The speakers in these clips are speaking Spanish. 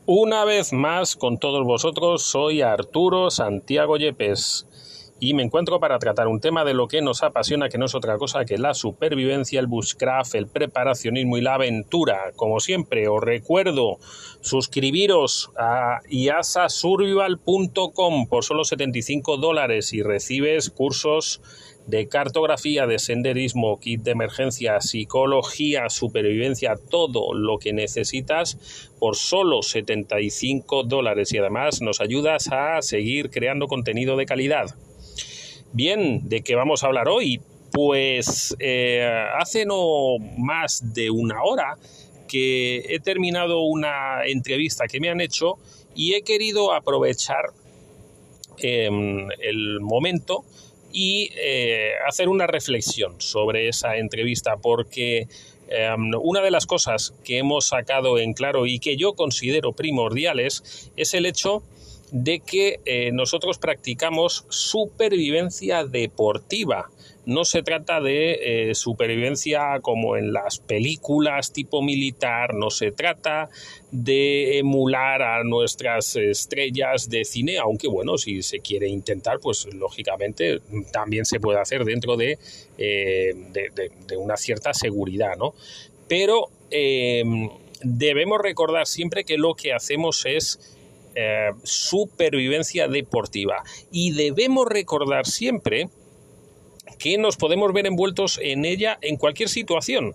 Una vez más con todos vosotros, soy Arturo Santiago Yepes y me encuentro para tratar un tema de lo que nos apasiona, que no es otra cosa que la supervivencia, el bushcraft, el preparacionismo y la aventura. Como siempre, os recuerdo suscribiros a iasasurvival.com por solo $75 y recibes cursos de cartografía, de senderismo, kit de emergencia, psicología, supervivencia, todo lo que necesitas por solo $75 y además nos ayudas a seguir creando contenido de calidad. Bien, ¿de qué vamos a hablar hoy? Pues hace no más de una hora que he terminado una entrevista que me han hecho y he querido aprovechar el momento y hacer una reflexión sobre esa entrevista, porque una de las cosas que hemos sacado en claro y que yo considero primordiales es el hecho de que nosotros practicamos supervivencia deportiva. No se trata de supervivencia como en las películas tipo militar, no se trata de emular a nuestras estrellas de cine, aunque bueno, si se quiere intentar, pues lógicamente también se puede hacer dentro de una cierta seguridad, ¿no? Pero debemos recordar siempre que lo que hacemos es supervivencia deportiva y debemos recordar siempre que nos podemos ver envueltos en ella en cualquier situación.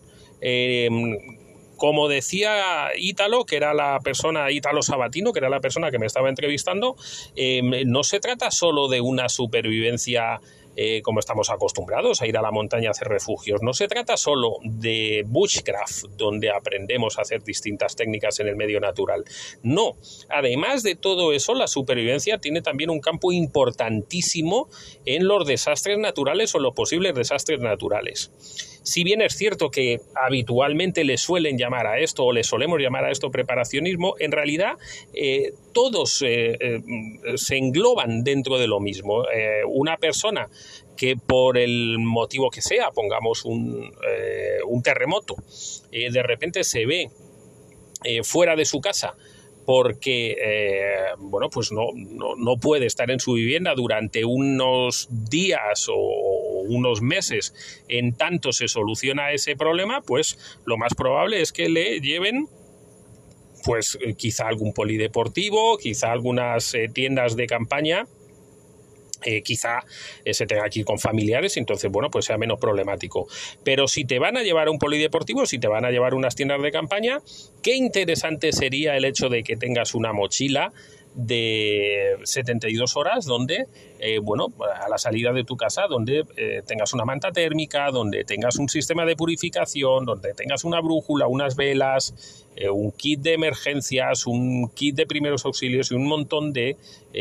Como decía Ítalo, que era la persona, Ítalo Sabatino, que era la persona que me estaba entrevistando, no se trata solo de una supervivencia como estamos acostumbrados a ir a la montaña a hacer refugios. No se trata solo de bushcraft, donde aprendemos a hacer distintas técnicas en el medio natural. No, además de todo eso, la supervivencia tiene también un campo importantísimo en los desastres naturales o los posibles desastres naturales. Si bien es cierto que habitualmente le suelen llamar a esto o le solemos llamar a esto preparacionismo, en realidad todos se engloban dentro de lo mismo. Una persona que por el motivo que sea, pongamos un terremoto, de repente se ve fuera de su casa porque bueno, pues no puede estar en su vivienda durante unos días o unos meses, en tanto se soluciona ese problema, pues lo más probable es que le lleven pues quizá algún polideportivo, quizá algunas tiendas de campaña, quizá se tenga que ir con familiares, entonces bueno, pues sea menos problemático. Pero si te van a llevar a un polideportivo, si te van a llevar unas tiendas de campaña, qué interesante sería el hecho de que tengas una mochila de 72 horas donde, bueno, a la salida de tu casa, donde tengas una manta térmica, donde tengas un sistema de purificación, donde tengas una brújula, unas velas, un kit de emergencias, un kit de primeros auxilios y un montón de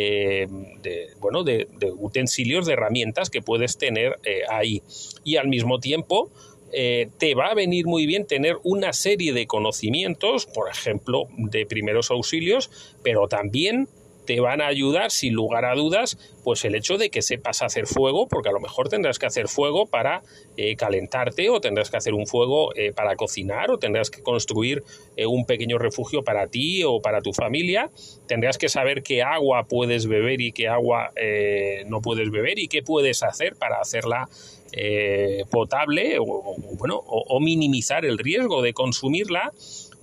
utensilios, de herramientas que puedes tener ahí. Y al mismo tiempo te va a venir muy bien tener una serie de conocimientos, por ejemplo, de primeros auxilios, pero también te van a ayudar, sin lugar a dudas, pues el hecho de que sepas hacer fuego, porque a lo mejor tendrás que hacer fuego para calentarte, o tendrás que hacer un fuego para cocinar, o tendrás que construir un pequeño refugio para ti o para tu familia. Tendrás que saber qué agua puedes beber y qué agua no puedes beber, y qué puedes hacer para hacerla potable o minimizar el riesgo de consumirla.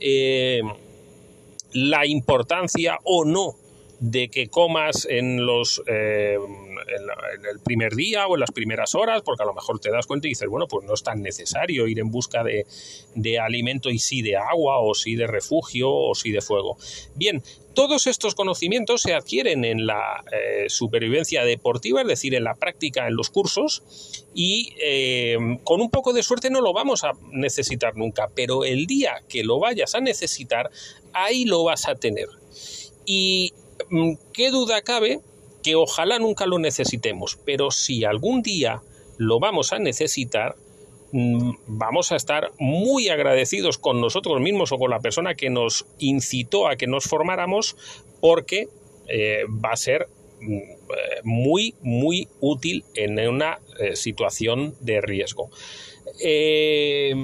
La importancia o no de que comas en el primer día o en las primeras horas, porque a lo mejor te das cuenta y dices, bueno, pues no es tan necesario ir en busca de alimento, y sí de agua, o sí de refugio, o sí de fuego. Bien, todos estos conocimientos se adquieren en la supervivencia deportiva, es decir, en la práctica, en los cursos, y con un poco de suerte no lo vamos a necesitar nunca, pero el día que lo vayas a necesitar, ahí lo vas a tener. Y qué duda cabe que ojalá nunca lo necesitemos, pero si algún día lo vamos a necesitar, vamos a estar muy agradecidos con nosotros mismos o con la persona que nos incitó a que nos formáramos, porque va a ser muy, muy útil en una situación de riesgo.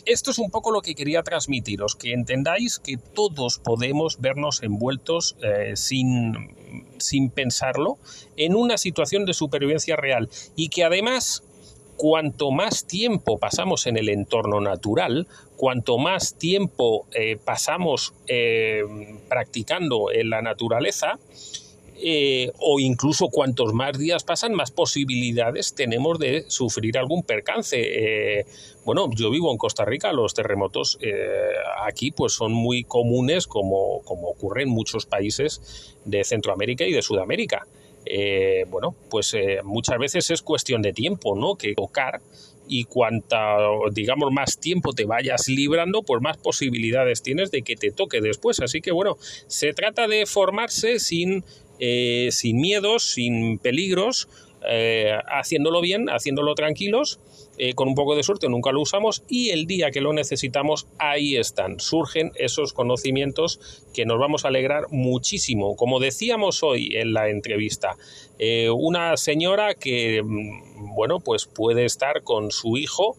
esto es un poco lo que quería transmitiros, que entendáis que todos podemos vernos envueltos sin pensarlo en una situación de supervivencia real y que además cuanto más tiempo pasamos en el entorno natural, cuanto más tiempo pasamos practicando en la naturaleza, o incluso cuantos más días pasan, más posibilidades tenemos de sufrir algún percance. Bueno, yo vivo en Costa Rica, los terremotos aquí pues son muy comunes como ocurre en muchos países de Centroamérica y de Sudamérica. Bueno, pues muchas veces es cuestión de tiempo, ¿no? Que tocar, y cuanta, digamos, más tiempo te vayas librando, pues más posibilidades tienes de que te toque después. Así que bueno, se trata de formarse sin miedos, sin peligros, haciéndolo bien, haciéndolo tranquilos, con un poco de suerte nunca lo usamos, y el día que lo necesitamos, ahí están, surgen esos conocimientos que nos vamos a alegrar muchísimo. Como decíamos hoy en la entrevista, una señora que, bueno, pues puede estar con su hijo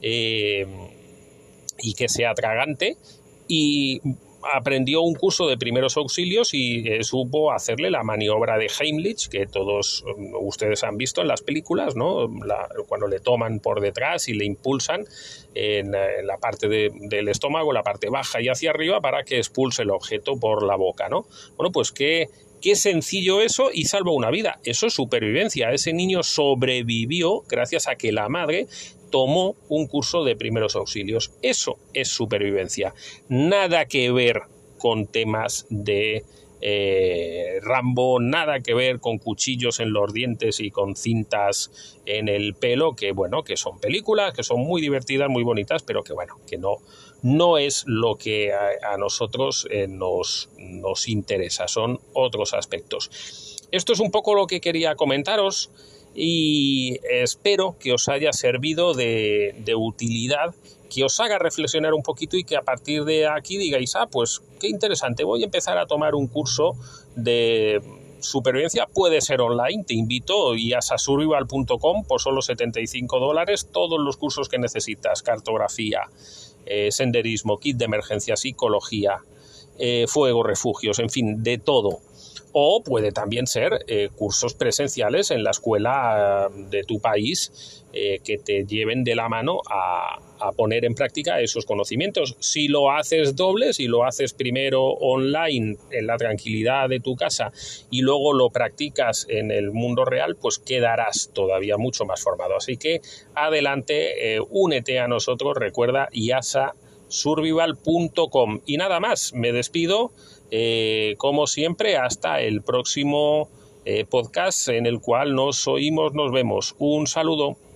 y que sea tragante, y aprendió un curso de primeros auxilios y supo hacerle la maniobra de Heimlich, que todos ustedes han visto en las películas, ¿no? Cuando le toman por detrás y le impulsan en la parte del estómago, la parte baja y hacia arriba, para que expulse el objeto por la boca, ¿no? Bueno, pues qué sencillo eso, y salva una vida. Eso es supervivencia. Ese niño sobrevivió gracias a que la madre tomó un curso de primeros auxilios. Eso es supervivencia. Nada que ver con temas de Rambo, nada que ver con cuchillos en los dientes y con cintas en el pelo, que bueno, que son películas, que son muy divertidas, muy bonitas, pero que bueno, que no es lo que a nosotros nos interesa, son otros aspectos. Esto es un poco lo que quería comentaros, y espero que os haya servido de utilidad, que os haga reflexionar un poquito, y que a partir de aquí digáis, pues qué interesante, voy a empezar a tomar un curso de supervivencia. Puede ser online, te invito, y a survival.com por solo $75, todos los cursos que necesitas: cartografía, senderismo, kit de emergencia, psicología, fuego, refugios, en fin, de todo. O puede también ser cursos presenciales en la escuela de tu país, que te lleven de la mano a poner en práctica esos conocimientos. Si lo haces doble, si lo haces primero online en la tranquilidad de tu casa y luego lo practicas en el mundo real, pues quedarás todavía mucho más formado. Así que adelante, únete a nosotros, recuerda, iasasurvival.com. Y nada más, me despido. Como siempre, hasta el próximo podcast en el cual nos oímos, nos vemos. Un saludo.